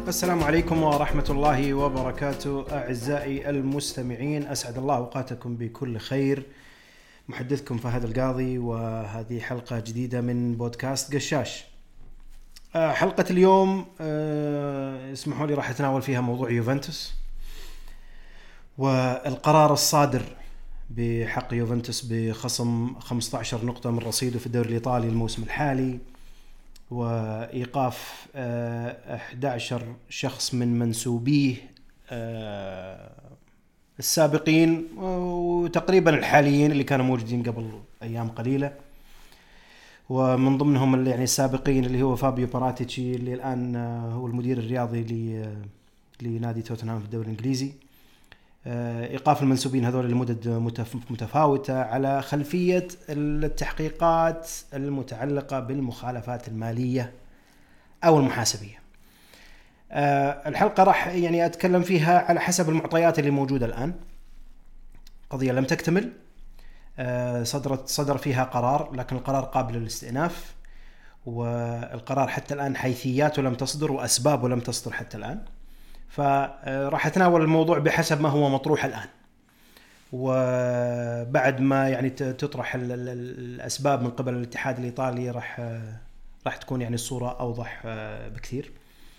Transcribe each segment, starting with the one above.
السلام عليكم ورحمة الله وبركاته أعزائي المستمعين، أسعد الله أوقاتكم بكل خير. محدثكم فهد القاضي، وهذه حلقة جديدة من بودكاست قشاش. حلقة اليوم اسمحوا لي راح أتناول فيها موضوع يوفنتوس والقرار الصادر بحق يوفنتوس بخصم 15 نقطة من رصيده في الدوري الإيطالي الموسم الحالي، وإيقاف 11 شخص من منسوبيه السابقين وتقريبا الحاليين اللي كانوا موجودين قبل أيام قليلة، ومن ضمنهم اللي يعني السابقين اللي هو فابيو باراتيتشي اللي الآن هو المدير الرياضي لنادي توتنهام في الدوري الإنجليزي. إيقاف المنسوبين هذول لمدة متفاوتة على خلفية التحقيقات المتعلقة بالمخالفات المالية أو المحاسبية. الحلقة راح يعني أتكلم فيها على حسب المعطيات اللي موجودة الآن. قضية لم تكتمل، صدر فيها قرار، لكن القرار قابل للاستئناف، والقرار حتى الآن حيثياته لم تصدر وأسبابه لم تصدر حتى الآن. فراح أتناول الموضوع بحسب ما هو مطروح الآن، وبعد ما يعني تطرح الأسباب من قبل الاتحاد الإيطالي راح تكون يعني الصورة أوضح بكثير.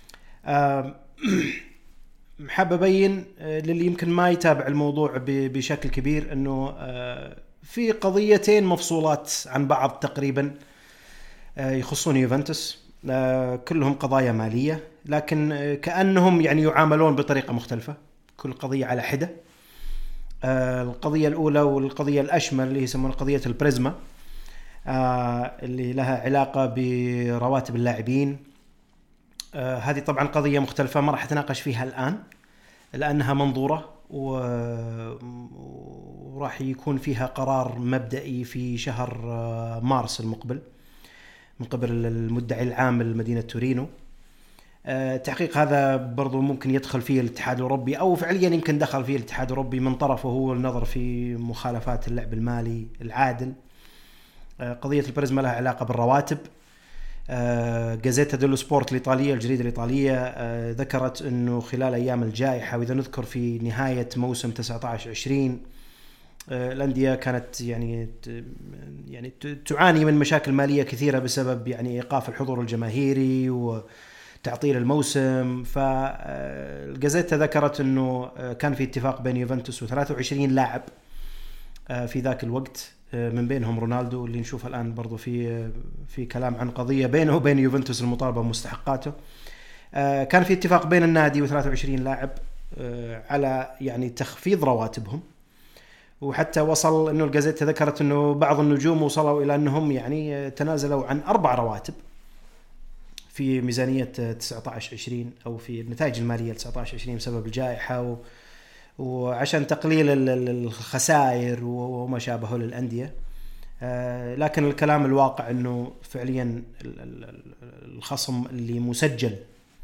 حاب أبين للي يمكن ما يتابع الموضوع بشكل كبير أنه في قضيتين مفصولات عن بعض تقريبا يخصون يوفنتوس، كلهم قضايا مالية، لكن كأنهم يعني يعاملون بطريقة مختلفة، كل قضية على حدة. القضية الأولى والقضية الأشمل اللي يسمونها قضية البريزما، اللي لها علاقة برواتب اللاعبين. هذه طبعا قضية مختلفة ما راح أتناقش فيها الآن لأنها منظورة، وراح يكون فيها قرار مبدئي في شهر مارس المقبل من قبل المدعي العام لمدينة تورينو. تحقيق هذا برضو ممكن يدخل فيه الاتحاد الأوروبي، أو فعليا يمكن دخل فيه الاتحاد الأوروبي من طرفه هو النظر في مخالفات اللعب المالي العادل. قضية البريزما لها علاقة بالرواتب. جازيتا ديلو سبورت الإيطالية، الجريدة الإيطالية، ذكرت أنه خلال أيام الجائحة، وإذا نذكر في نهاية موسم 19-20 الأندية كانت يعني تعاني من مشاكل مالية كثيرة بسبب يعني إيقاف الحضور الجماهيري وتعطيل الموسم. فالجازيتا ذكرت أنه كان في اتفاق بين يوفنتوس و23 لاعب في ذاك الوقت، من بينهم رونالدو اللي نشوفه الآن برضو في كلام عن قضية بينه وبين يوفنتوس المطالبة بمستحقاته. كان في اتفاق بين النادي و23 لاعب على يعني تخفيض رواتبهم، وحتى وصل انه الجازيتا ذكرت انه بعض النجوم وصلوا الى انهم يعني تنازلوا عن 4 رواتب في ميزانية 19-20 او في النتائج المالية 19-20 بسبب الجائحة وعشان تقليل الخسائر وما شابهه للأندية. لكن الكلام الواقع انه فعليا الخصم اللي مسجل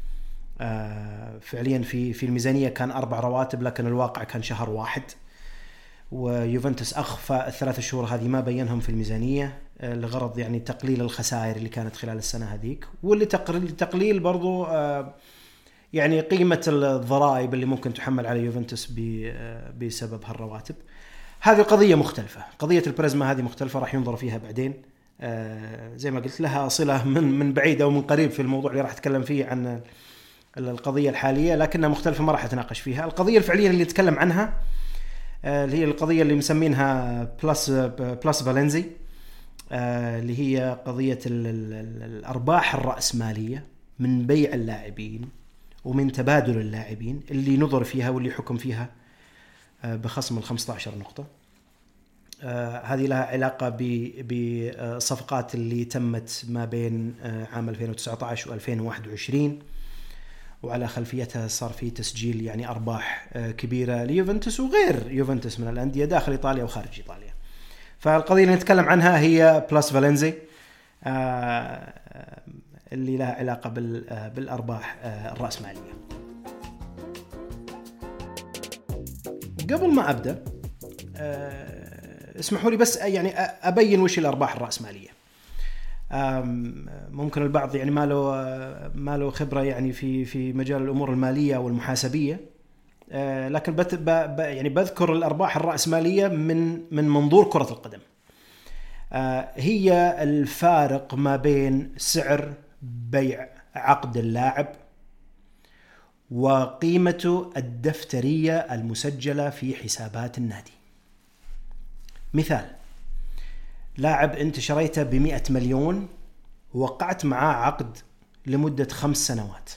فعليا في الميزانية كان 4 رواتب، لكن الواقع كان شهر واحد، ويوفنتوس أخفى ال3 شهور هذه ما بينهم في الميزانية لغرض يعني تقليل الخسائر اللي كانت خلال السنة هذيك، واللي تقليل برضو يعني قيمة الضرائب اللي ممكن تحمل على يوفنتوس بسبب هالرواتب. هذه قضية مختلفة. قضية البريزما هذه مختلفة، راح ينظر فيها بعدين. زي ما قلت لها صلة من بعيد أو من قريب في الموضوع اللي راح أتكلم فيه عن القضية الحالية، لكنها مختلفة ما راح أتناقش فيها. القضية الفعلية اللي نتكلم عنها اللي هي القضية اللي مسمينها بلس فالنزي، اللي هي قضية الأرباح الرأسمالية من بيع اللاعبين ومن تبادل اللاعبين اللي نظر فيها واللي حكم فيها بخصم 15 نقطة. هذه لها علاقة بصفقات اللي تمت ما بين عام 2019 و2021، وعلى خلفيتها صار في تسجيل يعني أرباح كبيرة ليوفنتوس وغير يوفنتوس من الأندية داخل إيطاليا وخارج إيطاليا. فالقضية اللي نتكلم عنها هي بلس فالنزي، اللي لها علاقة بالأرباح الرأسمالية. قبل ما أبدأ اسمحوا لي بس يعني أبين وش الأرباح الرأسمالية. ممكن البعض يعني ما له خبرة يعني في مجال الأمور المالية والمحاسبية، لكن يعني بذكر الأرباح الرأسمالية من منظور كرة القدم. هي الفارق ما بين سعر بيع عقد اللاعب وقيمته الدفترية المسجلة في حسابات النادي. مثال: لاعب أنت شريته ب100 مليون ووقعت معاه عقد لمدة 5 سنوات.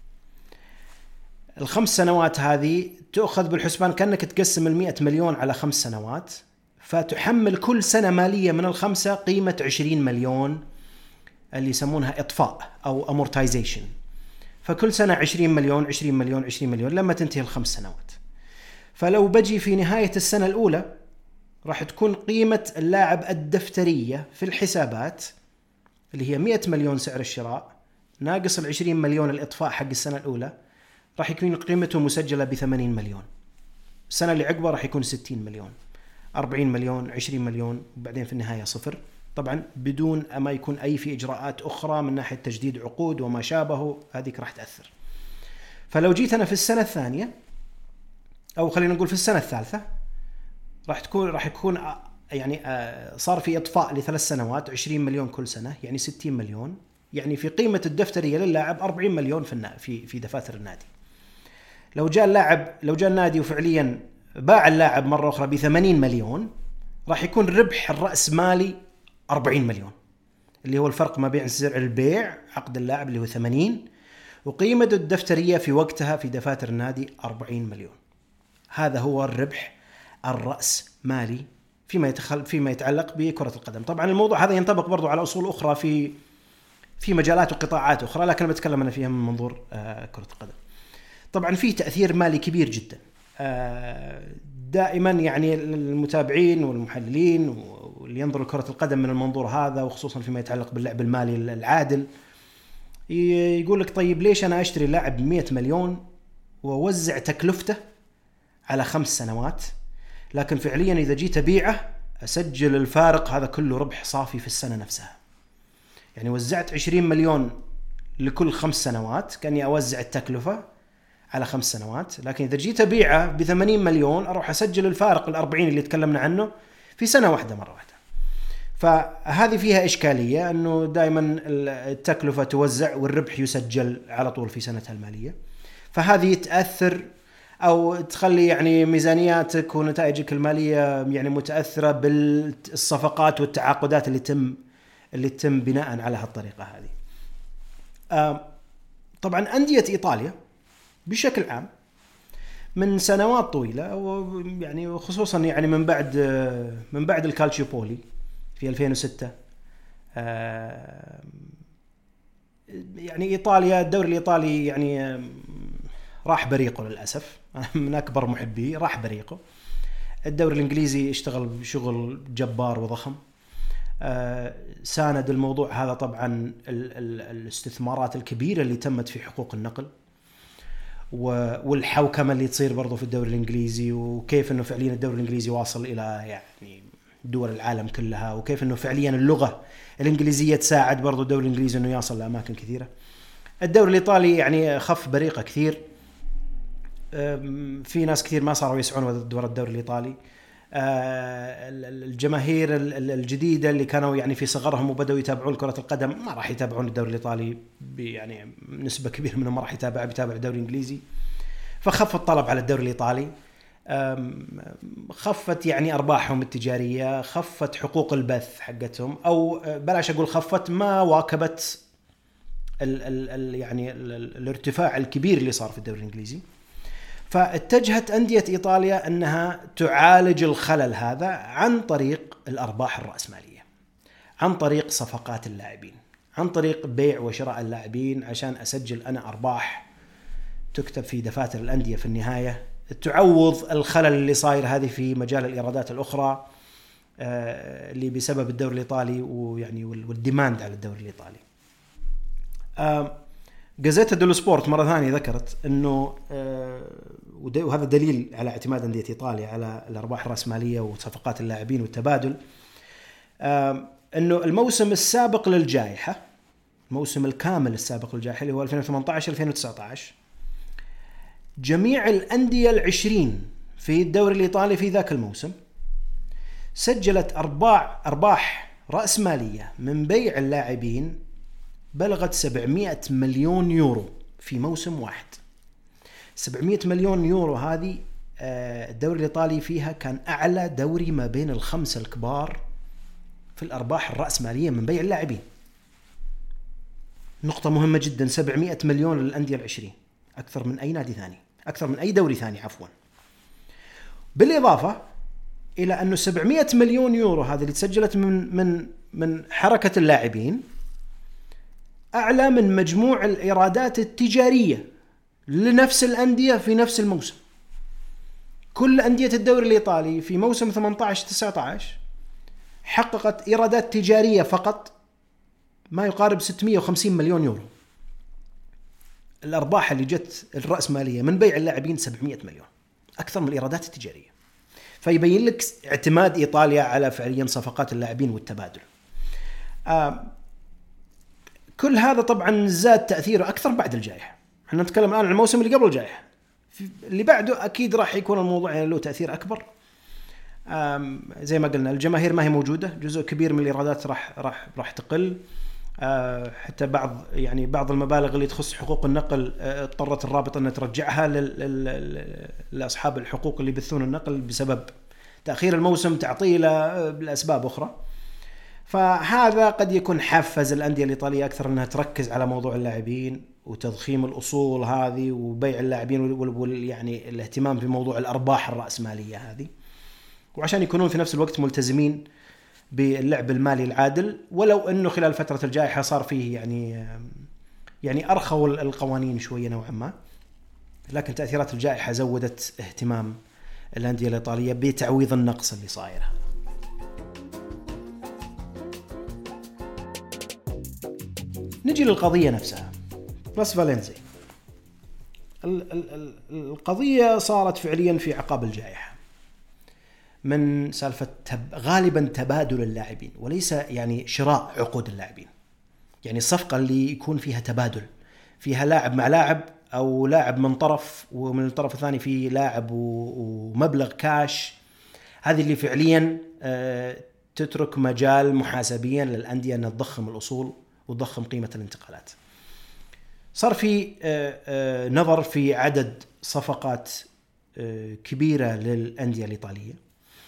ال5 سنوات هذه تأخذ بالحسبان كأنك تقسم 100 مليون على 5 سنوات، فتحمل كل سنة مالية من ال5 قيمة 20 مليون اللي يسمونها إطفاء أو amortization. فكل سنة 20 مليون 20 مليون 20 مليون لما تنتهي ال5 سنوات. فلو بجي في نهاية السنة الأولى راح تكون قيمة اللاعب الدفترية في الحسابات اللي هي 100 مليون سعر الشراء ناقص 20 مليون الإطفاء حق السنة الأولى، راح يكون قيمته مسجلة ب80 مليون. السنة اللي عقبها راح يكون 60 مليون 40 مليون 20 مليون، وبعدين في النهاية صفر، طبعا بدون ما يكون أي في إجراءات أخرى من ناحية تجديد عقود وما شابه، هذيك راح تأثر. فلو جيت أنا في السنة الثانية أو خلينا نقول في السنة الثالثة راح يكون يعني صار في إطفاء ل3 سنوات 20 مليون كل سنة، يعني 60 مليون، يعني في قيمة الدفترية للاعب 40 مليون في دفاتر النادي. لو جاء النادي وفعليا باع اللاعب مرة أخرى ب80 مليون، راح يكون ربح الرأس مالي 40 مليون، اللي هو الفرق ما بين سعر البيع عقد اللاعب اللي هو 80 وقيمة الدفترية في وقتها في دفاتر النادي 40 مليون. هذا هو الربح الرأس مالي فيما يتعلق بكرة القدم. طبعا الموضوع هذا ينطبق برضو على أصول أخرى في مجالات وقطاعات أخرى، لكن بتكلم أنا فيها من منظور كرة القدم. طبعا في تأثير مالي كبير جدا. دائما يعني المتابعين والمحللين واللي ينظروا لكرة القدم من المنظور هذا، وخصوصا فيما يتعلق باللعب المالي العادل، يقول لك طيب ليش أنا أشتري لاعب 100 مليون ووزع تكلفته على 5 سنوات، لكن فعليا إذا جيت أبيعه أسجل الفارق هذا كله ربح صافي في السنة نفسها. يعني وزعت 20 مليون لكل 5 سنوات، كأني أوزع التكلفة على 5 سنوات، لكن إذا جيت أبيعه ب80 مليون أروح أسجل الفارق 40 اللي تكلمنا عنه في سنة واحدة مرة واحدة. فهذه فيها إشكالية، أنه دائما التكلفة توزع والربح يسجل على طول في سنتها المالية، فهذه تأثر أو تخلي يعني ميزانياتك ونتائجك المالية يعني متأثرة بالصفقات والتعاقدات اللي تتم بناء على هالطريقة هذه. طبعا أندية إيطاليا بشكل عام من سنوات طويلة، ويعني خصوصا يعني من بعد الكالتشيوبولي في 2006، يعني إيطاليا الدوري الإيطالي يعني راح بريقه للأسف. من أكبر محبيه راح بريقه. الدوري الإنجليزي اشتغل بشغل جبار وضخم، ساند الموضوع هذا طبعا الاستثمارات الكبيرة اللي تمت في حقوق النقل والحوكمة اللي تصير برضو في الدوري الإنجليزي، وكيف أنه فعليا الدوري الإنجليزي واصل إلى يعني دول العالم كلها، وكيف أنه فعليا اللغة الإنجليزية تساعد برضو الدوري الإنجليزي أنه يصل لأماكن كثيرة. الدوري الإيطالي يعني خف بريقة كثير، في ناس كثير ما صاروا يسعون ورا الدوري الإيطالي. الجماهير الجديدة اللي كانوا يعني في صغرهم وبدأوا يتابعون كرة القدم ما راح يتابعون الدوري الإيطالي، يعني نسبة كبيرة منهم ما راح بيتابع الدوري الإنجليزي، فخف الطلب على الدوري الإيطالي، خفت يعني أرباحهم التجارية، خفت حقوق البث حقتهم، أو بلاش أقول خفت، ما واكبت يعني الارتفاع الكبير اللي صار في الدوري الإنجليزي. فاتجهت أندية إيطاليا أنها تعالج الخلل هذا عن طريق الأرباح الرأسمالية، عن طريق صفقات اللاعبين، عن طريق بيع وشراء اللاعبين، عشان أسجل أنا أرباح تكتب في دفاتر الأندية في النهاية تعوض الخلل اللي صاير هذه في مجال الإيرادات الأخرى اللي بسبب الدوري الإيطالي ويعني والديماند على الدوري الإيطالي. جازيتا ديلو سبورت مرة ثانية ذكرت أنه وهذا دليل على اعتماد أندية إيطاليا على الأرباح الرأسمالية وصفقات اللاعبين والتبادل، انه الموسم السابق للجائحة، الموسم الكامل السابق للجائحة اللي هو 2018-2019، جميع الأندية 20 في الدوري الإيطالي في ذاك الموسم سجلت أرباح رأسمالية من بيع اللاعبين بلغت 700 مليون يورو في موسم واحد. 700 مليون يورو هذه الدوري الإيطالي فيها كان أعلى دوري ما بين الخمسة الكبار في الأرباح الرأسمالية من بيع اللاعبين. نقطة مهمة جدا، 700 مليون للأندية 20، أكثر من أي نادي ثاني، أكثر من أي دوري ثاني عفوا. بالإضافة إلى أنه 700 مليون يورو هذه اللي تسجلت من حركة اللاعبين أعلى من مجموع الإيرادات التجارية لنفس الأندية في نفس الموسم. كل أندية الدوري الإيطالي في موسم 18-19 حققت إيرادات تجارية فقط ما يقارب 650 مليون يورو. الأرباح اللي جت الرأسمالية من بيع اللاعبين 700 مليون، أكثر من الإيرادات التجارية. فيبين لك اعتماد إيطاليا على فعليا صفقات اللاعبين والتبادل. كل هذا طبعا زاد تأثيره أكثر بعد الجائحة. احنا نتكلم الآن عن الموسم اللي قبل الجائحة، اللي بعده أكيد راح يكون الموضوع يعني له تأثير أكبر. زي ما قلنا الجماهير ما هي موجودة، جزء كبير من الإيرادات راح تقل. حتى بعض المبالغ اللي تخص حقوق النقل اضطرت الرابطة أن ترجعها لأصحاب الحقوق اللي يبثون النقل بسبب تأخير الموسم، تعطيله لأسباب أخرى. فهذا قد يكون حفز الأندية الإيطالية أكثر أنها تركز على موضوع اللاعبين وتضخيم الأصول هذه وبيع اللاعبين يعني الاهتمام بموضوع الأرباح الرأسمالية هذه، وعشان يكونون في نفس الوقت ملتزمين باللعب المالي العادل. ولو أنه خلال فترة الجائحة صار فيه يعني أرخوا القوانين شوية نوعا ما، لكن تأثيرات الجائحة زودت اهتمام الأندية الإيطالية بتعويض النقص اللي صاير. نجي للقضية نفسها، بس فالنزي القضية صارت فعليا في عقاب الجائحة من سالفة غالبا تبادل اللاعبين وليس يعني شراء عقود اللاعبين. يعني الصفقة اللي يكون فيها تبادل، فيها لاعب مع لاعب أو لاعب من طرف ومن الطرف الثاني في لاعب ومبلغ كاش، هذه اللي فعليا تترك مجال محاسبيا للأندية أن تضخم الأصول وتضخم قيمة الانتقالات. صار في نظر في عدد صفقات كبيرة للأندية الإيطالية،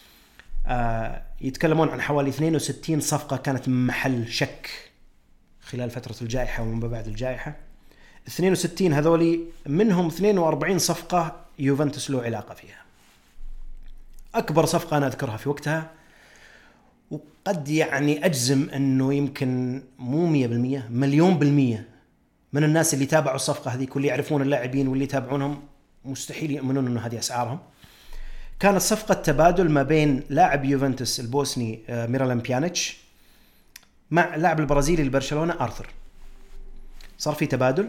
يتكلمون عن حوالي 62 صفقة كانت محل شك خلال فترة الجائحة ومن بعد الجائحة. 62 هذولي منهم 42 صفقة يوفنتوس له علاقة فيها. أكبر صفقة أنا أذكرها في وقتها، وقد يعني أجزم أنه يمكن مو 100%، مليون بالمية من الناس اللي تابعوا الصفقة هذه واللي يعرفون اللاعبين واللي يتابعونهم مستحيل يؤمنون أنه هذه أسعارهم. كانت صفقة تبادل ما بين لاعب يوفنتوس البوسني ميرالان بيانيتش مع لاعب البرازيلي لبرشلونة آرثر. صار في تبادل،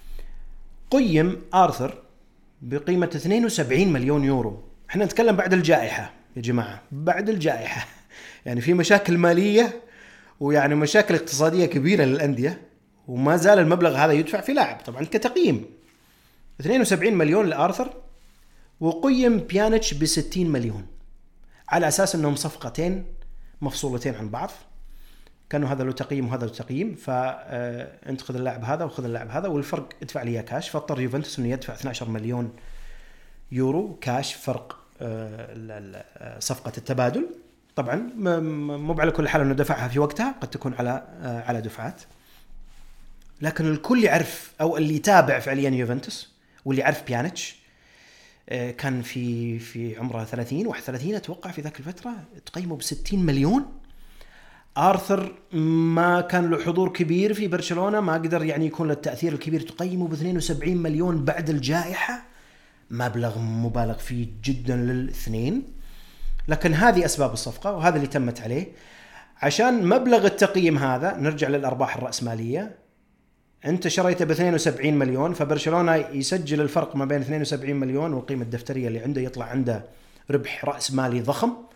قيم آرثر بقيمة 72 مليون يورو. احنا نتكلم بعد الجائحة يا جماعة، بعد الجائحة يعني في مشاكل مالية ويعني مشاكل اقتصادية كبيرة للأندية، وما زال المبلغ هذا يدفع في لاعب. طبعا كتقييم 72 مليون لآرثر، وقيم بيانيتش ب60 مليون على أساس أنهم صفقتين مفصولتين عن بعض، كانوا هذا له تقييم وهذا له تقييم، فأنت خذ اللاعب هذا وخذ اللاعب هذا والفرق ادفع لي كاش. فاضطر يوفنتوس أنه يدفع 12 مليون يورو كاش فرق صفقة التبادل. طبعا مو على كل حال أنه دفعها في وقتها، قد تكون على دفعات، لكن الكل يعرف أو اللي يتابع فعليا يوفنتوس واللي يعرف بيانيتش كان في عمره 31 أتوقع في ذاك الفترة، تقيمه ب60 مليون. آرثر ما كان له حضور كبير في برشلونة، ما قدر يعني يكون له التأثير الكبير، تقيمه ب72 مليون بعد الجائحة، مبلغ مبالغ فيه جدا للاثنين. لكن هذه أسباب الصفقة وهذا اللي تمت عليه. عشان مبلغ التقييم هذا نرجع للأرباح الرأسمالية، أنت شريته ب72 مليون، فبرشلونة يسجل الفرق ما بين 72 مليون والقيمة الدفترية اللي عنده، يطلع عنده ربح رأس مالي ضخم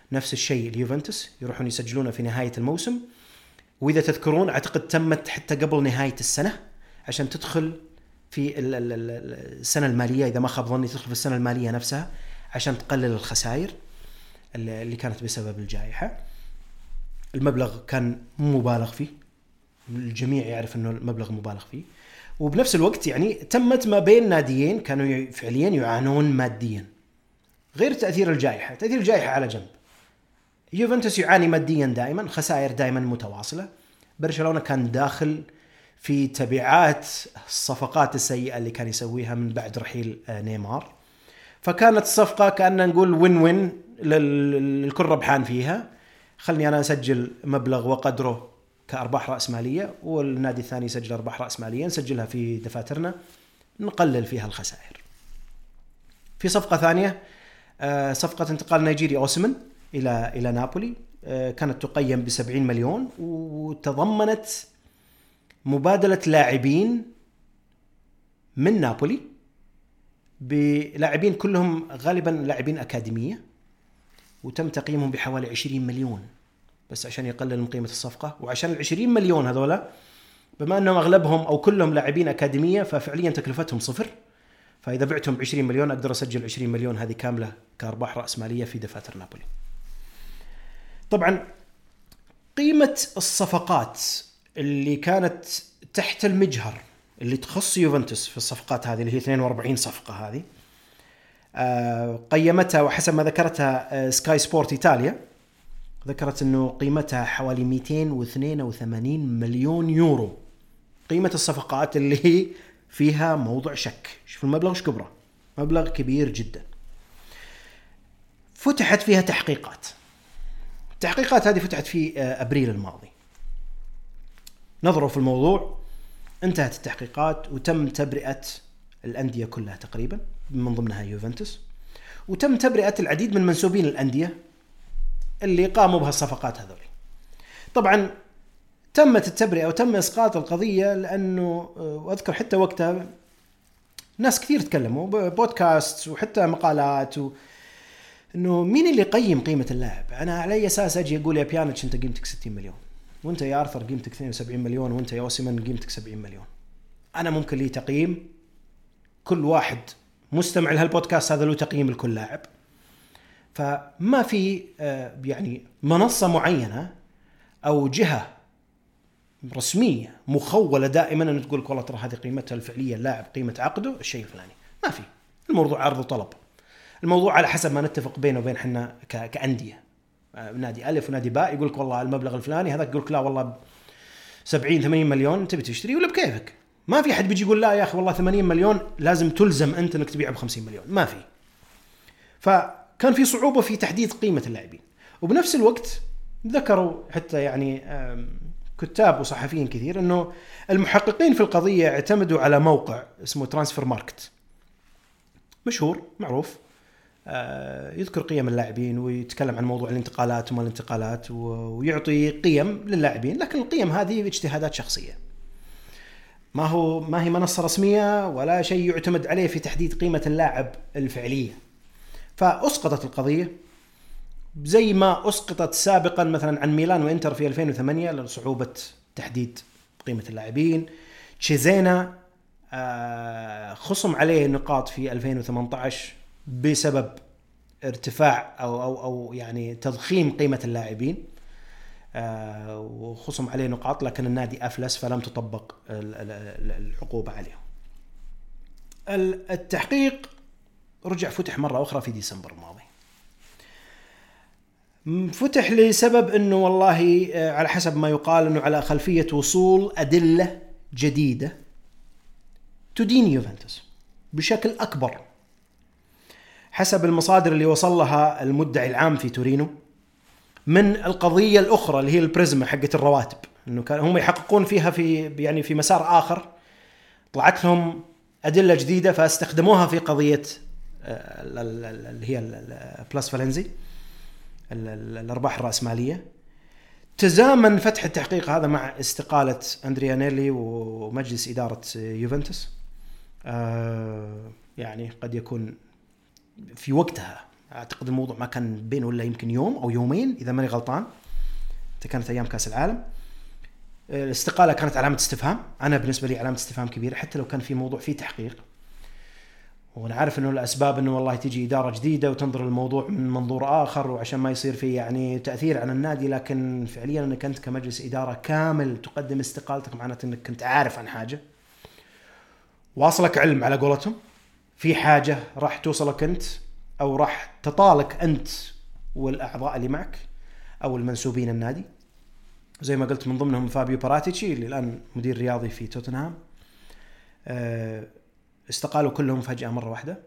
نفس الشيء اليوفنتوس يروحون يسجلونه في نهاية الموسم، وإذا تذكرون أعتقد تمت حتى قبل نهاية السنة عشان تدخل في السنة المالية، إذا ما خاب ظني تدخل في السنة المالية نفسها عشان تقلل الخسائر اللي كانت بسبب الجائحة. المبلغ كان مبالغ فيه، الجميع يعرف أنه المبلغ مبالغ فيه، وبنفس الوقت يعني تمت ما بين ناديين كانوا فعليا يعانون ماديا، غير تأثير الجائحة. تأثير الجائحة على جنب، يوفنتوس يعاني ماديا دائما، خسائر دائما متواصلة. برشلونة كان داخل في تبعات الصفقات السيئة اللي كان يسويها من بعد رحيل نيمار، فكانت الصفقة كأننا نقول وين وين للكل ربحان فيها. خلني أنا أسجل مبلغ وقدره كأرباح رأسمالية، والنادي الثاني يسجل أرباح رأسمالية نسجلها في دفاترنا نقلل فيها الخسائر. في صفقة ثانية، صفقة انتقال نيجيري أوسمن إلى نابولي، كانت تقيم ب70 مليون، وتضمنت مبادلة لاعبين من نابولي بلاعبين كلهم غالبا لاعبين أكاديمية، وتم تقييمهم بحوالي 20 مليون بس عشان يقلل من قيمة الصفقة. وعشان 20 مليون هذولا بما أنهم أغلبهم أو كلهم لاعبين أكاديمية ففعليا تكلفتهم صفر، فإذا بعتهم ب20 مليون أقدر أسجل 20 مليون هذه كاملة كأرباح رأسمالية في دفاتر نابولي. طبعا قيمة الصفقات اللي كانت تحت المجهر اللي تخص يوفنتوس في الصفقات هذه اللي هي 42 صفقة هذه، قيمتها وحسب ما ذكرتها سكاي سبورت إيطاليا ذكرت أنه قيمتها حوالي 282 مليون يورو. قيمة الصفقات اللي هي فيها موضوع شك، شوف المبلغ ايش كبره، مبلغ كبير جدا. فتحت فيها تحقيقات، التحقيقات هذه فتحت في أبريل الماضي، نظروا في الموضوع، انتهت التحقيقات وتم تبرئة الأندية كلها تقريبا من ضمنها يوفنتوس، وتم تبرئة العديد من منسوبين الأندية اللي قاموا بها الصفقات هذول. طبعا تمت التبرئة وتم إسقاط القضية لأنه وأذكر حتى وقتها ناس كثير تكلموا بودكاست وحتى مقالات إنه مين اللي يقيم قيمة اللاعب؟ أنا على أي أساس أجي أقول يا بيانيتش أنت قيمتك 60 مليون، وأنت يا آرثر قيمتك 72 مليون، وأنت يا أوسيمن قيمتك 70 مليون. أنا ممكن لي تقييم، كل واحد مستمع لهالبودكاست هذا له تقييم لكل لاعب، فما في يعني منصة معينة أو جهة رسمية مخولة دائما أن تقول والله ترى هذه قيمتها الفعلية اللاعب قيمة عقده الشيء الفلاني، ما في. الموضوع عرض وطلب، الموضوع على حسب ما نتفق بينه وبين حنا كأندية، نادي ألف ونادي باء يقولك والله المبلغ الفلاني، هذاك يقولك لا والله 70-80 مليون تبي تشتري ولا بكيفك. ما في حد بيجي يقول لا يا أخي والله 80 مليون لازم تلزم أنت أنك تبيعه ب50 مليون، ما في. فكان في صعوبة في تحديد قيمة اللاعبين. وبنفس الوقت ذكروا حتى يعني كتاب وصحفيين كثير أنه المحققين في القضية اعتمدوا على موقع اسمه ترانسفير ماركت، مشهور معروف، يذكر قيم اللاعبين ويتكلم عن موضوع الانتقالات وما الانتقالات ويعطي قيم للاعبين، لكن القيم هذه اجتهادات شخصية، ما هي منصة رسمية ولا شيء يعتمد عليه في تحديد قيمة اللاعب الفعلية. فأسقطت القضية زي ما أسقطت سابقا مثلا عن ميلان وإنتر في 2008 لصعوبة تحديد قيمة اللاعبين. تشيزينا خصم عليه نقاط في 2018 بسبب ارتفاع أو يعني تضخيم قيمة اللاعبين، وخصم عليه نقاط، لكن النادي أفلس فلم تطبق العقوبة عليه. التحقيق رجع فتح مرة أخرى في ديسمبر الماضي، فتح لسبب أنه والله على حسب ما يقال أنه على خلفية وصول أدلة جديدة تدين يوفنتوس بشكل أكبر. حسب المصادر اللي وصل لها المدعي العام في تورينو من القضية الأخرى اللي هي البريزما حقة الرواتب، أنه كان هم يحققون فيها في مسار آخر، طلعت لهم أدلة جديدة فاستخدموها في قضية اللي هي بلاس فالنزي الأرباح الرأسمالية. تزامن فتح التحقيق هذا مع استقالة أندريانيلي ومجلس إدارة يوفنتوس، يعني قد يكون في وقتها اعتقد الموضوع ما كان بين ولا يمكن يوم او يومين اذا ماني غلطان، كانت ايام كاس العالم. الاستقاله كانت علامه استفهام، انا بالنسبه لي علامه استفهام كبيره حتى لو كان في موضوع فيه تحقيق، وانا عارف انه الاسباب انه والله تيجي اداره جديده وتنظر الموضوع من منظور اخر وعشان ما يصير فيه يعني تاثير على النادي، لكن فعليا انك انت كمجلس اداره كامل تقدم استقالتك معناته انك كنت عارف عن حاجه، واصلك علم على قولتهم في حاجه راح توصلك انت او راح تطالك انت والاعضاء اللي معك او المنسوبين النادي، زي ما قلت من ضمنهم فابيو باراتيتشي اللي الان مدير رياضي في توتنهام. استقالوا كلهم فجأة مرة واحدة.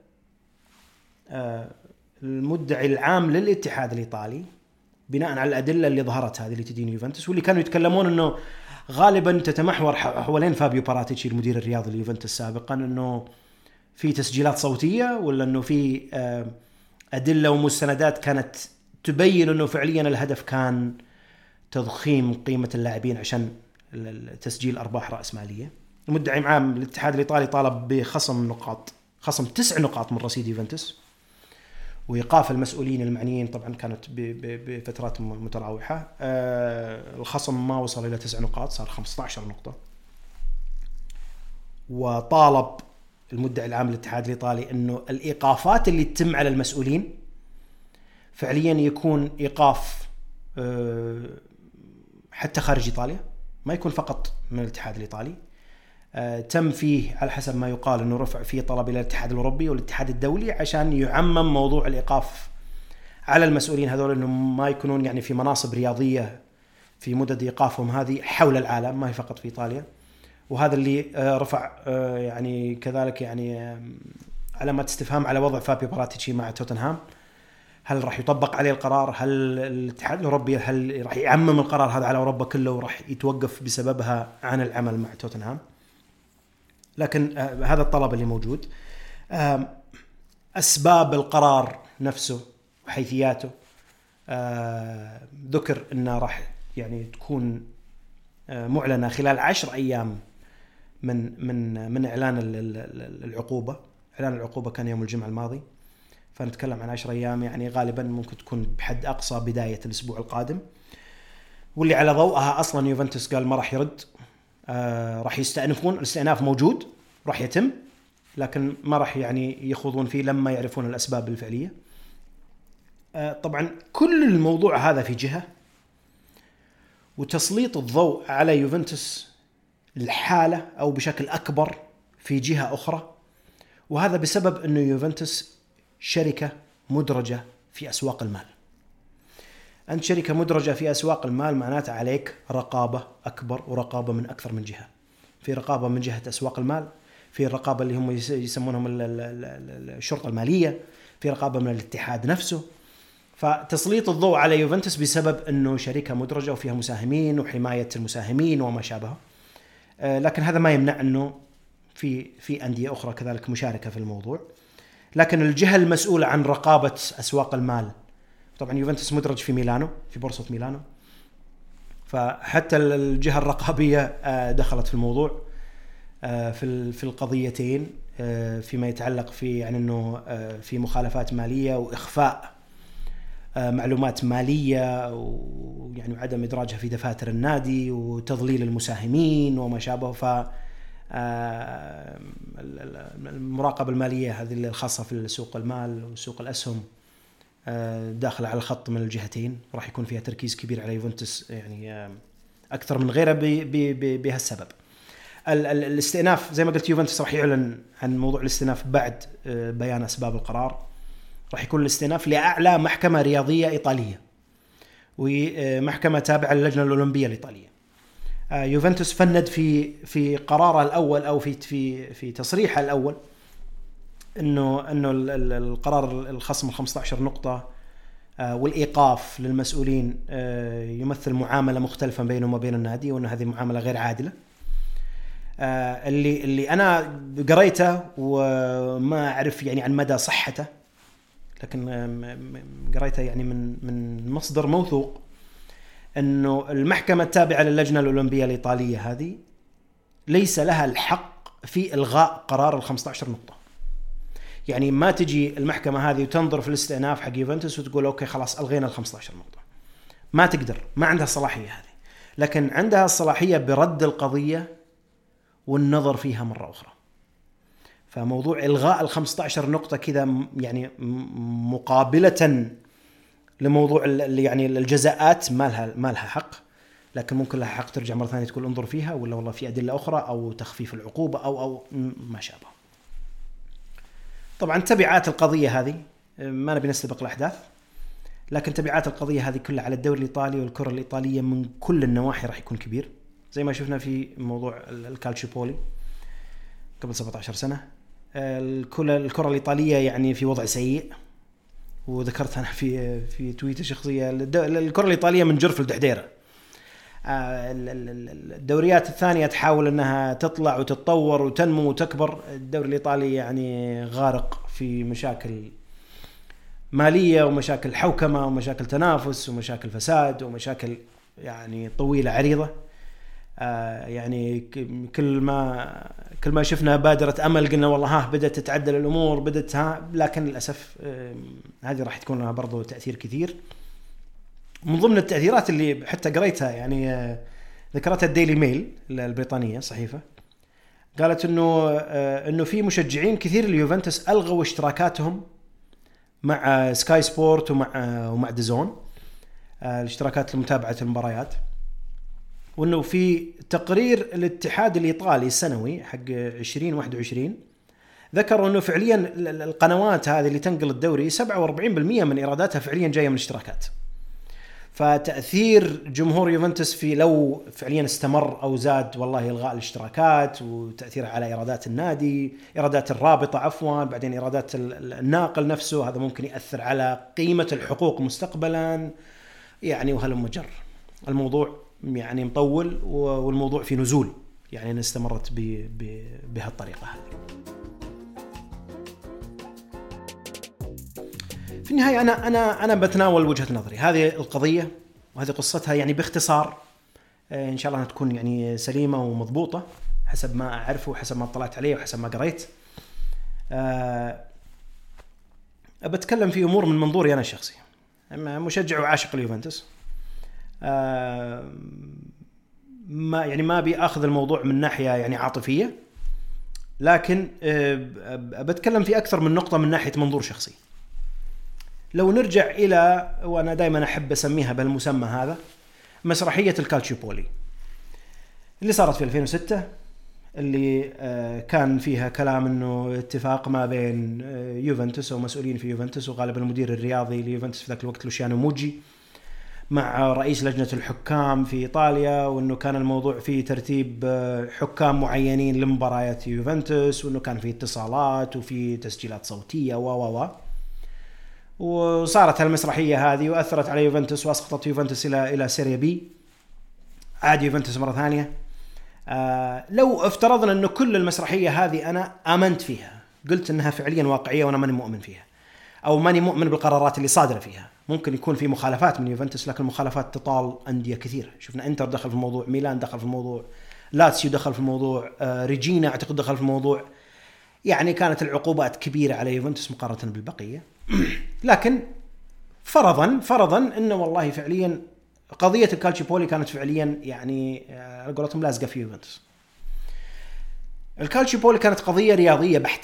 المدعي العام للاتحاد الإيطالي بناء على الأدلة اللي ظهرت هذه اللي تدين يوفنتوس، واللي كانوا يتكلمون أنه غالبا تتمحور حوالين فابيو باراتيتشي المدير الرياضي ليوفنتوس سابقا، أنه في تسجيلات صوتية ولا أنه في أدلة ومستندات كانت تبين أنه فعليا الهدف كان تضخيم قيمة اللاعبين عشان تسجيل أرباح رأسمالية. المدعي العام للاتحاد الإيطالي طالب بخصم 9 نقاط من رصيد يوفنتوس وإيقاف المسؤولين المعنيين، طبعا كانت بفترات متراوحة. الخصم ما وصل إلى 9 نقاط، صار 15 نقطة. وطالب المدعي العام للاتحاد الإيطالي أنه الإيقافات اللي تتم على المسؤولين فعليا يكون إيقاف حتى خارج إيطاليا، ما يكون فقط من الاتحاد الإيطالي. تم فيه على حسب ما يقال أنه رفع فيه طلب إلى الاتحاد الأوروبي والاتحاد الدولي عشان يعمم موضوع الإيقاف على المسؤولين هذول، أنهم ما يكونون يعني في مناصب رياضية في مدة إيقافهم هذه حول العالم، ما هي فقط في إيطاليا. وهذا اللي رفع يعني كذلك يعني علامات استفهام على وضع فابيو باراتيتشي مع توتنهام. هل راح يطبق عليه القرار؟ هل الاتحاد الأوروبي هل راح يعمم القرار هذا على أوروبا كله وراح يتوقف بسببها عن العمل مع توتنهام؟ لكن هذا الطلب اللي موجود. أسباب القرار نفسه وحيثياته ذكر أنه راح يعني تكون معلنة خلال 10 أيام من إعلان العقوبة. إعلان العقوبة كان يوم الجمعة الماضي، فنتكلم عن 10 أيام، يعني غالبا ممكن تكون بحد أقصى بداية الأسبوع القادم، واللي على ضوءها أصلا يوفنتوس قال ما راح يرد. راح يستأنفون، الاستئناف موجود راح يتم، لكن ما راح يعني يخوضون فيه لما يعرفون الأسباب الفعلية. طبعا كل الموضوع هذا في جهة، وتسليط الضوء على يوفنتوس الحالة أو بشكل أكبر في جهة أخرى، وهذا بسبب أنه يوفنتوس شركة مدرجة في أسواق المال. أنت شركة مدرجة في أسواق المال معناته عليك رقابة أكبر ورقابة من أكثر من جهة. في رقابة من جهة أسواق المال، في الرقابة اللي هم يسمونهم الشرطة المالية، في رقابة من الاتحاد نفسه. فتسليط الضوء على يوفنتوس بسبب أنه شركة مدرجة وفيها مساهمين وحماية المساهمين وما شابه. لكن هذا ما يمنع أنه في أندية أخرى كذلك مشاركة في الموضوع. لكن الجهة المسؤولة عن رقابة أسواق المال، طبعا يوفنتوس مدرج في ميلانو، في بورصة ميلانو، فحتى الجهة الرقابية دخلت في الموضوع في القضيتين فيما يتعلق في يعني أنه في مخالفات مالية وإخفاء معلومات مالية ويعني عدم إدراجها في دفاتر النادي وتضليل المساهمين وما شابه. المراقبة المالية هذه الخاصة في سوق المال وسوق الأسهم داخل على الخط من الجهتين، راح يكون فيها تركيز كبير على يوفنتوس يعني أكثر من غيره بهالسبب. الاستئناف زي ما قلت يوفنتوس راح يعلن عن موضوع الاستئناف بعد بيان أسباب القرار. راح يكون الاستئناف لأعلى محكمة رياضية إيطالية ومحكمة تابعة للجنة الأولمبية الإيطالية. يوفنتوس فند في قراره الأول أو في تصريحه الأول إنه القرار الخصم 15 نقطة والإيقاف للمسؤولين يمثل معاملة مختلفة بينهم وبين النادي، وأن هذه المعاملة غير عادلة. اللي أنا قريته وما أعرف يعني عن مدى صحته، لكن قريته يعني من مصدر موثوق أنه المحكمة التابعة للجنة الأولمبية الإيطالية هذه ليس لها الحق في إلغاء قرار 15 نقطة. يعني ما تجي المحكمة هذه وتنظر في الاستئناف حق يوفنتوس وتقول أوكي خلاص ألغينا 15 نقطة. ما تقدر، ما عندها الصلاحية هذه، لكن عندها الصلاحية برد القضية والنظر فيها مرة أخرى. فموضوع إلغاء 15 نقطة كذا يعني مقابلة لموضوع يعني الجزاءات ما لها حق، لكن ممكن لها حق ترجع مرة ثانية تقول انظر فيها، ولا والله في أدلة أخرى، أو تخفيف العقوبة أو ما شابه. طبعا تبعات القضية هذه ما نبي نسبق الأحداث، لكن تبعات القضية هذه كلها على الدوري الإيطالي والكرة الإيطالية من كل النواحي راح يكون كبير، زي ما شفنا في موضوع الكالتشيوبولي قبل 17 سنة. الكرة الإيطالية يعني في وضع سيء، وذكرت أنا في تويتر شخصية الكرة الإيطالية من جرف الدحديرة. الدوريات الثانية تحاول أنها تطلع وتتطور وتنمو وتكبر، الدوري الإيطالي يعني غارق في مشاكل مالية ومشاكل حوكمة ومشاكل تنافس ومشاكل فساد ومشاكل يعني طويلة عريضة. يعني كل ما شفنا بادرة أمل قلنا والله بدأت تتعدل الأمور لكن للأسف هذه راح تكون لها برضو تأثير كثير. من ضمن التأثيرات اللي حتى قريتها يعني ذكرتها الديلي ميل البريطانية صحيفة، قالت إنه في مشجعين كثير ليوفنتوس ألغوا اشتراكاتهم مع سكاي سبورت ومع دزون، الاشتراكات لمتابعة المباريات. وإنه في تقرير الاتحاد الإيطالي السنوي حق 2021 ذكروا إنه فعليا القنوات هذه اللي تنقل الدوري 47% من إيراداتها فعليا جاية من الاشتراكات. فتأثير جمهور يوفنتوس في لو فعليا استمر أو زاد والله إلغاء الاشتراكات وتأثيرها على إيرادات النادي، إيرادات الرابطة عفوا، بعدين إيرادات الناقل نفسه، هذا ممكن يأثر على قيمة الحقوق مستقبلا يعني. وهلم جر الموضوع يعني مطول، والموضوع في نزول يعني استمرت بهالطريقة هذه. في النهاية أنا بتناول وجهة نظري. هذه القضية وهذه قصتها يعني باختصار، إن شاء الله تكون يعني سليمة ومضبوطة حسب ما أعرفه وحسب ما اطلعت عليه وحسب ما قريت. بتكلم في أمور من منظوري أنا الشخصي، مشجع وعاشق اليوفنتوس. ما بيأخذ الموضوع من ناحية يعني عاطفية، لكن بتكلم في أكثر من نقطة من ناحية منظور شخصي. لو نرجع إلى، وأنا دائما أحب أسميها بالمسمى هذا، مسرحية الكالتشيوبولي اللي صارت في 2006، اللي كان فيها كلام إنه اتفاق ما بين يوفنتوس ومسؤولين في يوفنتوس وغالبا المدير الرياضي ليوفنتوس في ذاك الوقت لوشيانو موجي مع رئيس لجنة الحكام في إيطاليا، وإنه كان الموضوع فيه ترتيب حكام معينين لمباريات يوفنتوس، وإنه كان فيه اتصالات وفيه تسجيلات صوتية وصارت المسرحية هذه وأثرت على يوفنتوس وأسقطت يوفنتوس إلى سيريا بي. عاد يوفنتوس مرة ثانية. لو افترضنا أنه كل المسرحية هذه أنا آمنت فيها، قلت أنها فعليا واقعية وأنا ماني مؤمن فيها، أو ماني مؤمن بالقرارات اللي صادرة فيها، ممكن يكون في مخالفات من يوفنتوس، لكن المخالفات تطال أندية كثير. شفنا إنتر دخل في الموضوع، ميلان دخل في الموضوع، لاتسيو دخل في الموضوع، ريجينا أعتقد دخل في الموضوع. يعني كانت العقوبات كبيرة على يوفنتوس مقارنة بالبقية. لكن فرضا إنه والله فعليا قضية الكالتشيوبولي كانت فعليا يعني قولتهم لازقة في يوفنتوس. الكالتشيوبولي كانت قضية رياضية بحتة،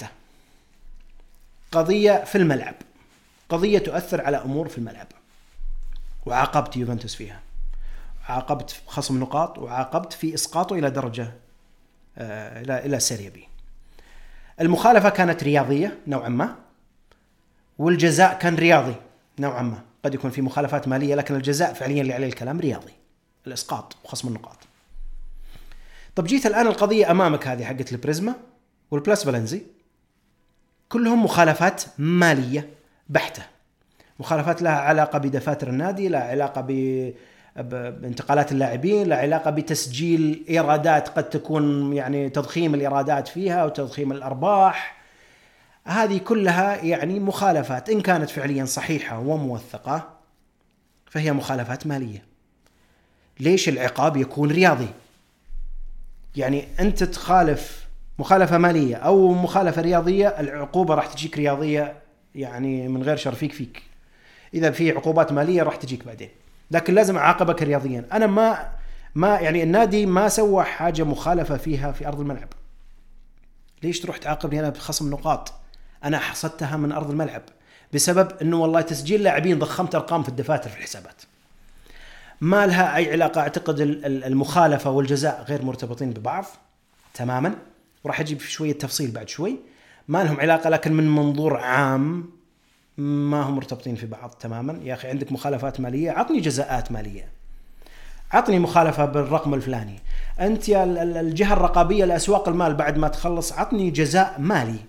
قضية في الملعب، قضية تؤثر على أمور في الملعب، وعاقبت يوفنتوس فيها، عاقبت خصم نقاط، وعاقبت في إسقاطه إلى درجة إلى سيريا بي. المخالفة كانت رياضية نوعا ما، والجزاء كان رياضي نوعا ما. قد يكون في مخالفات مالية، لكن الجزاء فعليا اللي عليه الكلام رياضي، الإسقاط وخصم النقاط. طب جيت الآن القضية أمامك هذه حقت البريزما والبلاس فالنزي، كلهم مخالفات مالية بحتة، مخالفات لها علاقة بدفاتر النادي، لا علاقة بانتقالات اللاعبين، لا علاقة بتسجيل إيرادات قد تكون يعني تضخيم الإيرادات فيها وتضخيم الأرباح. هذه كلها يعني مخالفات إن كانت فعليا صحيحة وموثقة فهي مخالفات مالية. ليش العقاب يكون رياضي؟ يعني أنت تخالف مخالفة مالية أو مخالفة رياضية، العقوبة راح تجيك رياضية يعني من غير شر فيك. إذا في عقوبات مالية راح تجيك بعدين، لكن لازم أعاقبك رياضيا. أنا ما يعني النادي ما سوى حاجة مخالفة فيها في أرض الملعب، ليش تروح تعاقبني أنا بخصم نقاط؟ أنا حصدتها من أرض الملعب بسبب أنه والله تسجيل لاعبين ضخمت أرقام في الدفاتر في الحسابات، ما لها أي علاقة. أعتقد المخالفة والجزاء غير مرتبطين ببعض تماما، وراح أجيب في شوية تفصيل بعد شوي، ما لهم علاقة، لكن من منظور عام ما هم مرتبطين في بعض تماما. يا أخي عندك مخالفات مالية، عطني جزاءات مالية، عطني مخالفة بالرقم الفلاني. أنت يا الجهة الرقابية لأسواق المال بعد ما تخلص عطني جزاء مالي.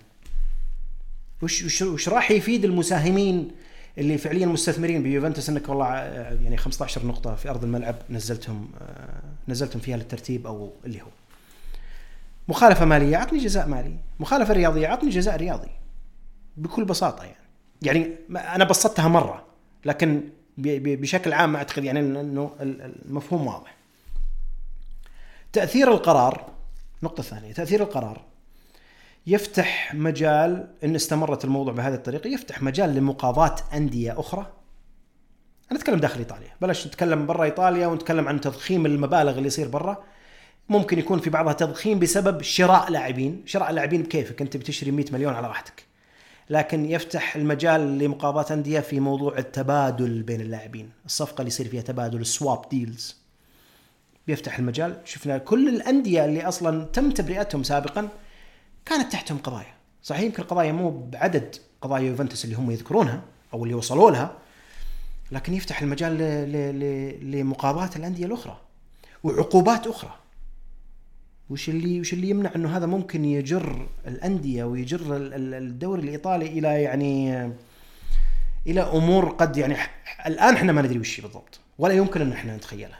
وش راح يفيد المساهمين اللي فعليا مستثمرين بيوفنتوس انك والله يعني 15 نقطة في أرض الملعب نزلتهم فيها للترتيب أو اللي هو مخالفة مالية عطني جزاء مالي، مخالفة رياضية عطني جزاء رياضي بكل بساطة. يعني أنا بسطتها مرة، لكن بشكل عام أعتقد يعني أنه المفهوم واضح. تأثير القرار، نقطة ثانية، تأثير القرار يفتح مجال، إن استمرت الموضوع بهذه الطريقة يفتح مجال لمقاضاة أندية أخرى. أنا أتكلم داخل إيطاليا، بلاش نتكلم برا إيطاليا ونتكلم عن تضخيم المبالغ اللي يصير برا. ممكن يكون في بعضها تضخيم بسبب شراء لاعبين، شراء لاعبين بكيفك، أنت بتشتري 100 مليون على راحتك، لكن يفتح المجال لمقاضاة أندية في موضوع التبادل بين اللاعبين، الصفقة اللي يصير فيها تبادل، السواب ديلز، بيفتح المجال. شفنا كل الأندية اللي أصلا تم تبرئتهم سابقا كانت تحتهم قضايا، صحيح يمكن قضايا مو بعدد قضايا يوفنتوس اللي هم يذكرونها أو اللي وصلوا لها، لكن يفتح المجال لمقاضاة الأندية الأخرى وعقوبات أخرى. وش اللي يمنع إنه هذا ممكن يجر الأندية ويجر الدوري الإيطالي إلى يعني إلى أمور قد يعني الآن إحنا ما ندري وش بالضبط، ولا يمكن إن إحنا نتخيلها.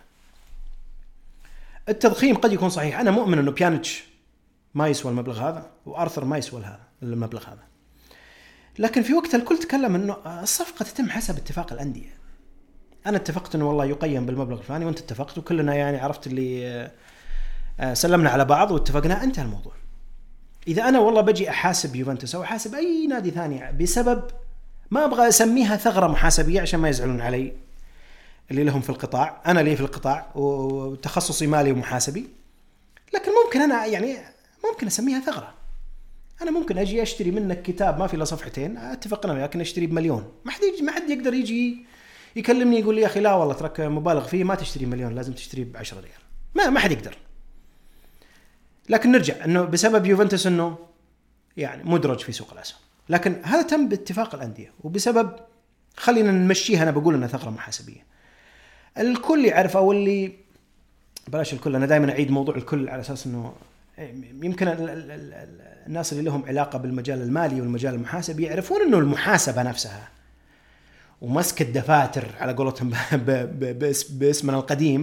التضخيم قد يكون صحيح، أنا مؤمن إنه بيانيتش ما يسوى المبلغ هذا، وآرثر ما يسوى هذا المبلغ هذا، لكن في وقتها الكل تكلم إنه الصفقة تتم حسب اتفاق الأندية. أنا اتفقت إنه والله يقيم بالمبلغ الفلاني وأنت اتفقت، وكلنا يعني عرفت اللي سلمنا على بعض واتفقنا، انتهى الموضوع. إذا أنا والله بجي أحاسب يوفنتوس أو أحاسب أي نادي ثاني بسبب، ما أبغى أسميها ثغرة محاسبية عشان ما يزعلون علي اللي لهم في القطاع، أنا لي في القطاع وتخصصي مالي ومحاسبي، لكن ممكن أنا يعني ممكن أسميها ثغرة. أنا ممكن أجي أشتري منك كتاب ما في إلا صفحتين، اتفقنا وياك أن أشتري بمليون، ما حد يقدر يجي يكلمني يقول لي يا أخي لا والله ترك مبالغ فيه، ما تشتري مليون، لازم تشتري ب10 ريال، ما حد يقدر. لكن نرجع انه بسبب يوفنتوس انه يعني مدرج في سوق الاسهم، لكن هذا تم باتفاق الانديه، وبسبب خلينا نمشيها، انا بقول انها ثغره محاسبيه. الكل يعرف، او اللي بلاش الكل، انا دائما اعيد موضوع الكل على اساس انه يمكن الناس اللي لهم علاقه بالمجال المالي والمجال المحاسبي يعرفون انه المحاسبه نفسها ومسك الدفاتر على قولتهم باسمنا القديم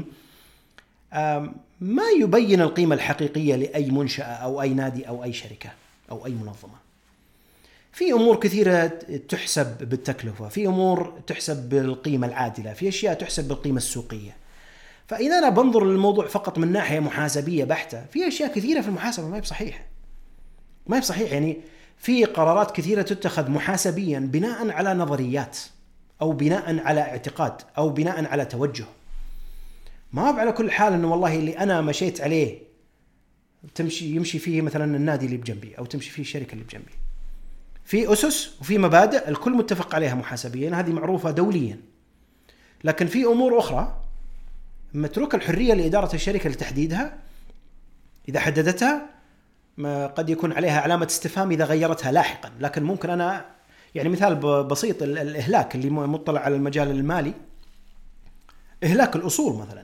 ما يبين القيمة الحقيقية لأي منشأة أو أي نادي أو أي شركة أو أي منظمة. في أمور كثيرة تحسب بالتكلفة، في أمور تحسب بالقيمة العادلة، في أشياء تحسب بالقيمة السوقية. فإذا أنا بنظر للموضوع فقط من ناحية محاسبية بحتة، في أشياء كثيرة في المحاسبة ما هي بصحيح. يعني في قرارات كثيرة تتخذ محاسبيا بناء على نظريات أو بناء على اعتقاد أو بناء على توجه، ما هو على كل حال انه والله اللي انا مشيت عليه يمشي فيه مثلا النادي اللي بجنبي او تمشي فيه الشركه اللي بجنبي. في اسس وفي مبادئ الكل متفق عليها محاسبيا، هذه معروفه دوليا، لكن في امور اخرى متروك الحريه لاداره الشركه لتحديدها، اذا حددتها ما قد يكون عليها علامه استفهام اذا غيرتها لاحقا. لكن ممكن انا يعني مثال بسيط، الاهلاك اللي مطلع على المجال المالي، اهلاك الاصول مثلا.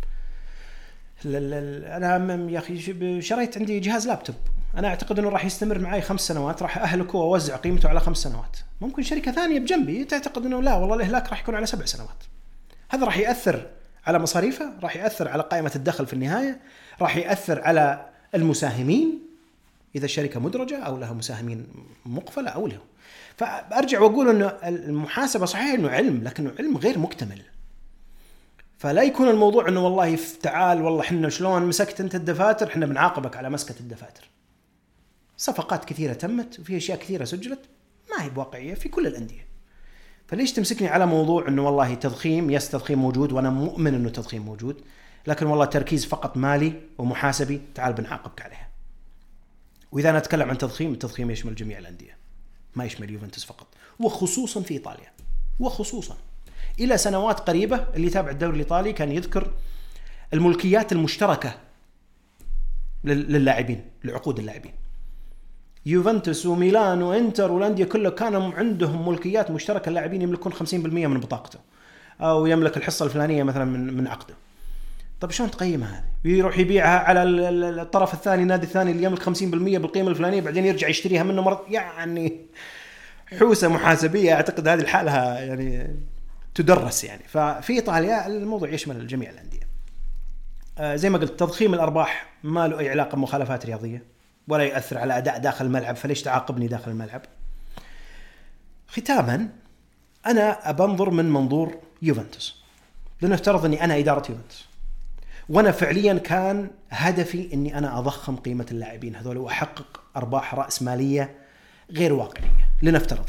أنا يا أخي شريت عندي جهاز لابتوب، أنا أعتقد أنه راح يستمر معي 5 سنوات، راح أهلكه وأوزع قيمته على 5 سنوات. ممكن شركة ثانية بجنبي تعتقد أنه لا والله الإهلاك راح يكون على 7 سنوات. هذا راح يأثر على مصاريفه، راح يأثر على قائمة الدخل في النهاية، راح يأثر على المساهمين إذا الشركة مدرجة أو لها مساهمين مقفلة أو له. فأرجع وأقول أنه المحاسبة صحيح أنه علم، لكنه علم غير مكتمل. فلا يكون الموضوع انه والله تعال والله احنا شلون مسكت انت الدفاتر، احنا بنعاقبك على مسكة الدفاتر. صفقات كثيرة تمت وفي أشياء كثيرة سجلت ما هي بواقعية في كل الأندية. فليش تمسكني على موضوع أنه والله تضخيم؟ تضخيم موجود وأنا مؤمن أنه تضخيم موجود، لكن والله تركيز فقط مالي ومحاسبي، تعال بنعاقبك عليها. وإذا أنا أتكلم عن تضخيم، التضخيم يشمل جميع الأندية ما يشمل يوفنتوس فقط، وخصوصا في إيطاليا. وخصوصا إلى سنوات قريبة اللي تابع الدوري الإيطالي كان يذكر الملكيات المشتركة للاعبين، لعقود اللاعبين. يوفنتوس وميلان وإنتر والأندية كلها كانوا عندهم ملكيات مشتركة، اللاعبين يملكون 50% من بطاقته أو يملك الحصة الفلانية مثلا من عقده. طب شلون تقيمها هذه؟ ويروح يبيعها على الطرف الثاني، النادي الثاني اللي يملك 50% بالقيمة الفلانية، بعدين يرجع يشتريها منه مرة. يعني حوسة محاسبية أعتقد هذه الحالة يعني تدرس يعني. ففي إيطاليا الموضوع يشمل جميع الأندية. زي ما قلت تضخيم الأرباح ما له أي علاقة بمخالفات رياضية ولا يؤثر على أداء داخل الملعب، فليش تعاقبني داخل الملعب؟ ختاما أنا أبنظر من منظور يوفنتوس. لنفترض أني أنا إدارة يوفنتوس وأنا فعليا كان هدفي أني أنا أضخم قيمة اللاعبين هذول وأحقق أرباح رأس مالية غير واقعية. لنفترض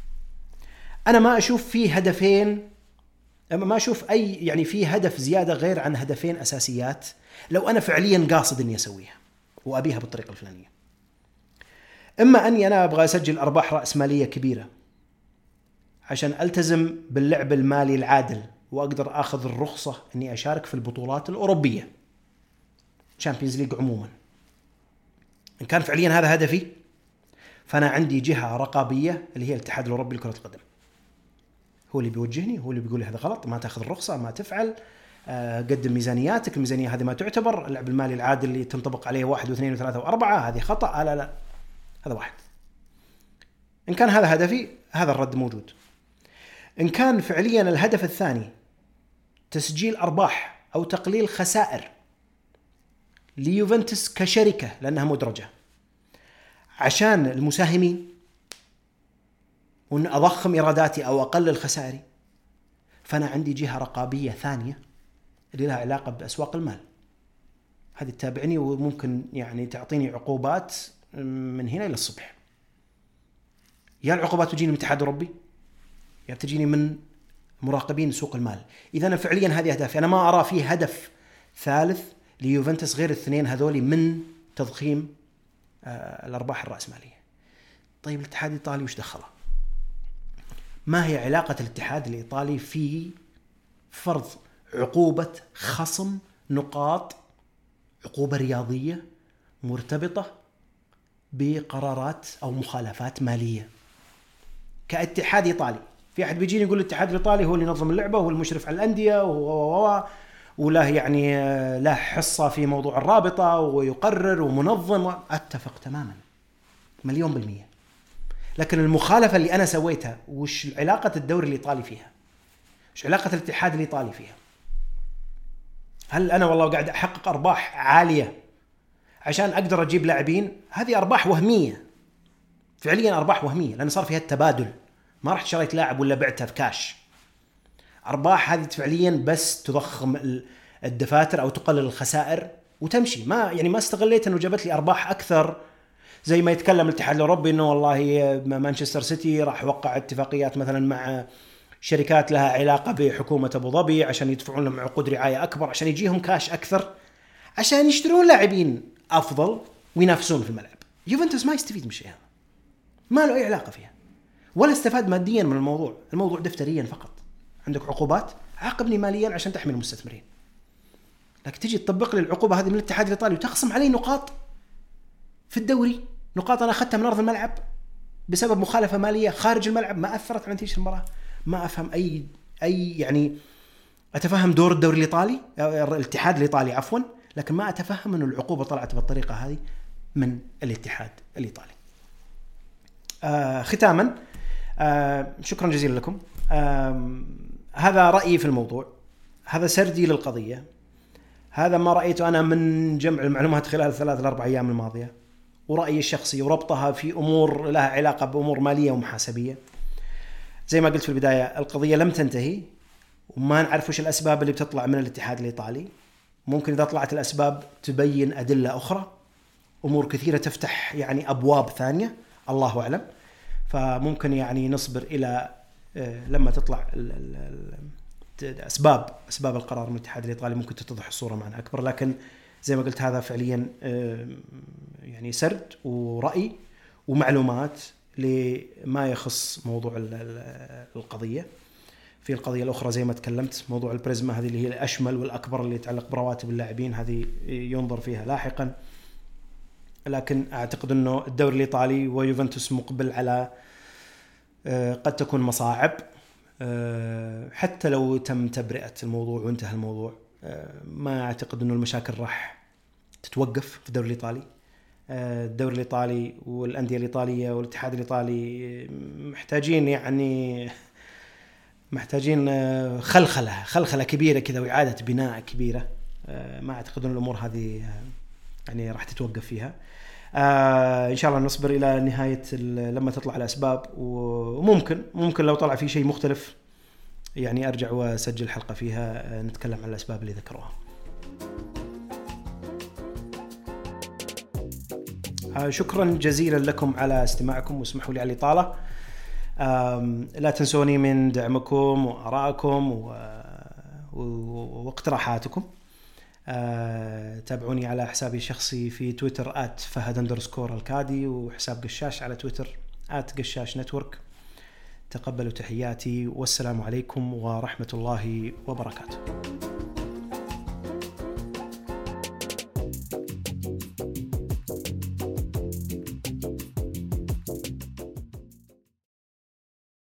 أنا ما أشوف فيه هدفين، ما أشوف أي يعني فيه هدف زيادة غير عن هدفين أساسيات لو أنا فعليا قاصد أني أسويها وأبيها بالطريقة الفلانية. إما أني أنا أبغى أسجل أرباح رأس مالية كبيرة عشان ألتزم باللعب المالي العادل وأقدر أخذ الرخصة أني أشارك في البطولات الأوروبية تشامبيونز ليج عموما. إن كان فعليا هذا هدفي فأنا عندي جهة رقابية اللي هي الاتحاد الأوروبي لكرة القدم، هو اللي بيوجهني، هو اللي بيقول لي هذا غلط، ما تأخذ الرخصة، ما تفعل، قدم ميزانياتك، الميزانية هذه ما تعتبر، اللعب المالي العادل اللي تنطبق عليه 1 و2 و3 و4 هذه خطأ، لا هذا واحد. إن كان هذا هدفي هذا الرد موجود. إن كان فعليا الهدف الثاني تسجيل أرباح أو تقليل خسائر ليوفنتوس كشركة لأنها مدرجة عشان المساهمين وأن أضخم إيراداتي أو أقلل خسائري، فأنا عندي جهة رقابية ثانية اللي لها علاقة بأسواق المال، هذه تتابعني وممكن يعني تعطيني عقوبات من هنا إلى الصبح. يا العقوبات تجيني من الاتحاد الأوروبي يا تجيني من مراقبين سوق المال. إذا أنا فعليا هذه أهدافي، أنا ما أرى فيه هدف ثالث ليوفنتوس غير الاثنين هذولي من تضخيم الأرباح الرأسمالية. طيب الاتحاد الإيطالي وش دخله؟ ما هي علاقة الاتحاد الإيطالي في فرض عقوبة خصم نقاط، عقوبة رياضية مرتبطة بقرارات أو مخالفات مالية كاتحاد إيطالي؟ في أحد بيجيني يقول الاتحاد الإيطالي هو اللي ينظم اللعبة وهو المشرف على الأندية وله يعني له حصة في موضوع الرابطة ويقرر ومنظم، أتفق تماما 1,000,000%. لكن المخالفة اللي أنا سويتها وش علاقة الدوري الإيطالي فيها؟ وش علاقة الاتحاد الإيطالي فيها؟ هل أنا والله قاعد أحقق أرباح عالية عشان أقدر أجيب لاعبين؟ هذه أرباح وهمية، فعليا أرباح وهمية لأن صار فيها التبادل، ما رحت شريت لاعب ولا بعته في كاش. أرباح هذه فعليا بس تضخم الدفاتر أو تقلل الخسائر وتمشي، ما استغليت أنه جابت لي أرباح أكثر زي ما يتكلم الاتحاد الأوروبي إنه والله مانشستر سيتي راح وقع اتفاقيات مثلا مع شركات لها علاقة بحكومة أبو ظبي عشان يدفعون لهم عقود رعاية أكبر عشان يجيهم كاش أكثر عشان يشترون لاعبين أفضل وينافسون في الملعب. يوفنتوس ما يستفيد من شيء هذا، ما له أي علاقة فيها ولا استفاد ماديا من الموضوع دفتريا فقط. عندك عقوبات، عاقبني ماليا عشان تحمي المستثمرين، لكن تجي تطبق لي العقوبة هذه من الاتحاد الإيطالي وتخصم علي نقاط في الدوري، نقاط أنا أخذتها من أرض الملعب بسبب مخالفة مالية خارج الملعب ما أثرت على نتيجة المباراة. ما أفهم أي يعني أتفهم دور الدوري الإيطالي، الاتحاد الإيطالي عفوا، لكن ما أتفهم أن العقوبة طلعت بالطريقة هذه من الاتحاد الإيطالي. ختاما شكرا جزيلا لكم. هذا رأيي في الموضوع، هذا سردي للقضية، هذا ما رأيته أنا من جمع المعلومات خلال 3 إلى 4 أيام الماضية ورأيي الشخصي وربطها في أمور لها علاقة بأمور مالية ومحاسبية. زي ما قلت في البداية القضية لم تنتهي وما نعرف وش الأسباب اللي بتطلع من الاتحاد الإيطالي. ممكن إذا طلعت الأسباب تبين أدلة أخرى أمور كثيرة تفتح يعني أبواب ثانية، الله أعلم. فممكن يعني نصبر إلى لما تطلع أسباب القرار من الاتحاد الإيطالي، ممكن تتضح الصورة معنا أكبر. لكن زي ما قلت هذا فعليا يعني سرد ورأي ومعلومات لما يخص موضوع القضية. في القضية الأخرى زي ما تكلمت، موضوع البريزما هذه اللي هي الأشمل والأكبر اللي يتعلق برواتب اللاعبين، هذه ينظر فيها لاحقا. لكن أعتقد أنه الدوري الإيطالي ويوفنتوس مقبل على قد تكون مصاعب، حتى لو تم تبرئة الموضوع وانتهى الموضوع. ما أعتقد أنه المشاكل راح تتوقف في الدوري الإيطالي. الدوري الإيطالي والأندية الإيطالية والاتحاد الإيطالي محتاجين خلخلة كبيرة كذا وإعادة بناء كبيرة. ما أعتقد أن الأمور هذه يعني راح تتوقف فيها. إن شاء الله نصبر إلى نهاية لما تطلع الأسباب، وممكن لو طلع في شيء مختلف يعني أرجع وأسجل حلقة فيها نتكلم عن الأسباب اللي ذكروها. شكرا جزيلا لكم على استماعكم، واسمحوا لي على الإطالة. لا تنسوني من دعمكم وآرائكم واقتراحاتكم. تابعوني على حسابي الشخصي في تويتر @fahad_الكادي، وحساب قشاش على تويتر @قشاشنتورك. تقبلوا تحياتي، والسلام عليكم ورحمة الله وبركاته.